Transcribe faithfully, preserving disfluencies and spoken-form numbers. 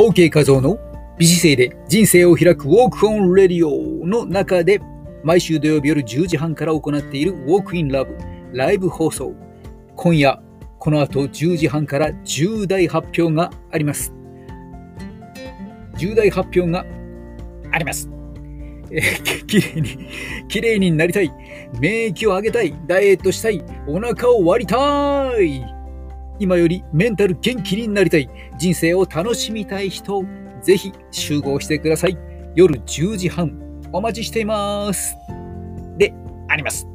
OK 画像の美姿勢で人生を開くウォークオンレディオの中で毎週土曜日夜じゅうじはんから行っているウォークインラブライブ放送。今夜この後じゅうじはんから重大発表があります。重大発表があります。えー、きれいに、きれいになりたい、免疫を上げたい、ダイエットしたい、お腹を割りたい。今よりメンタル元気になりたい、人生を楽しみたい人、ぜひ集合してください。夜じゅうじはんお待ちしています。であります。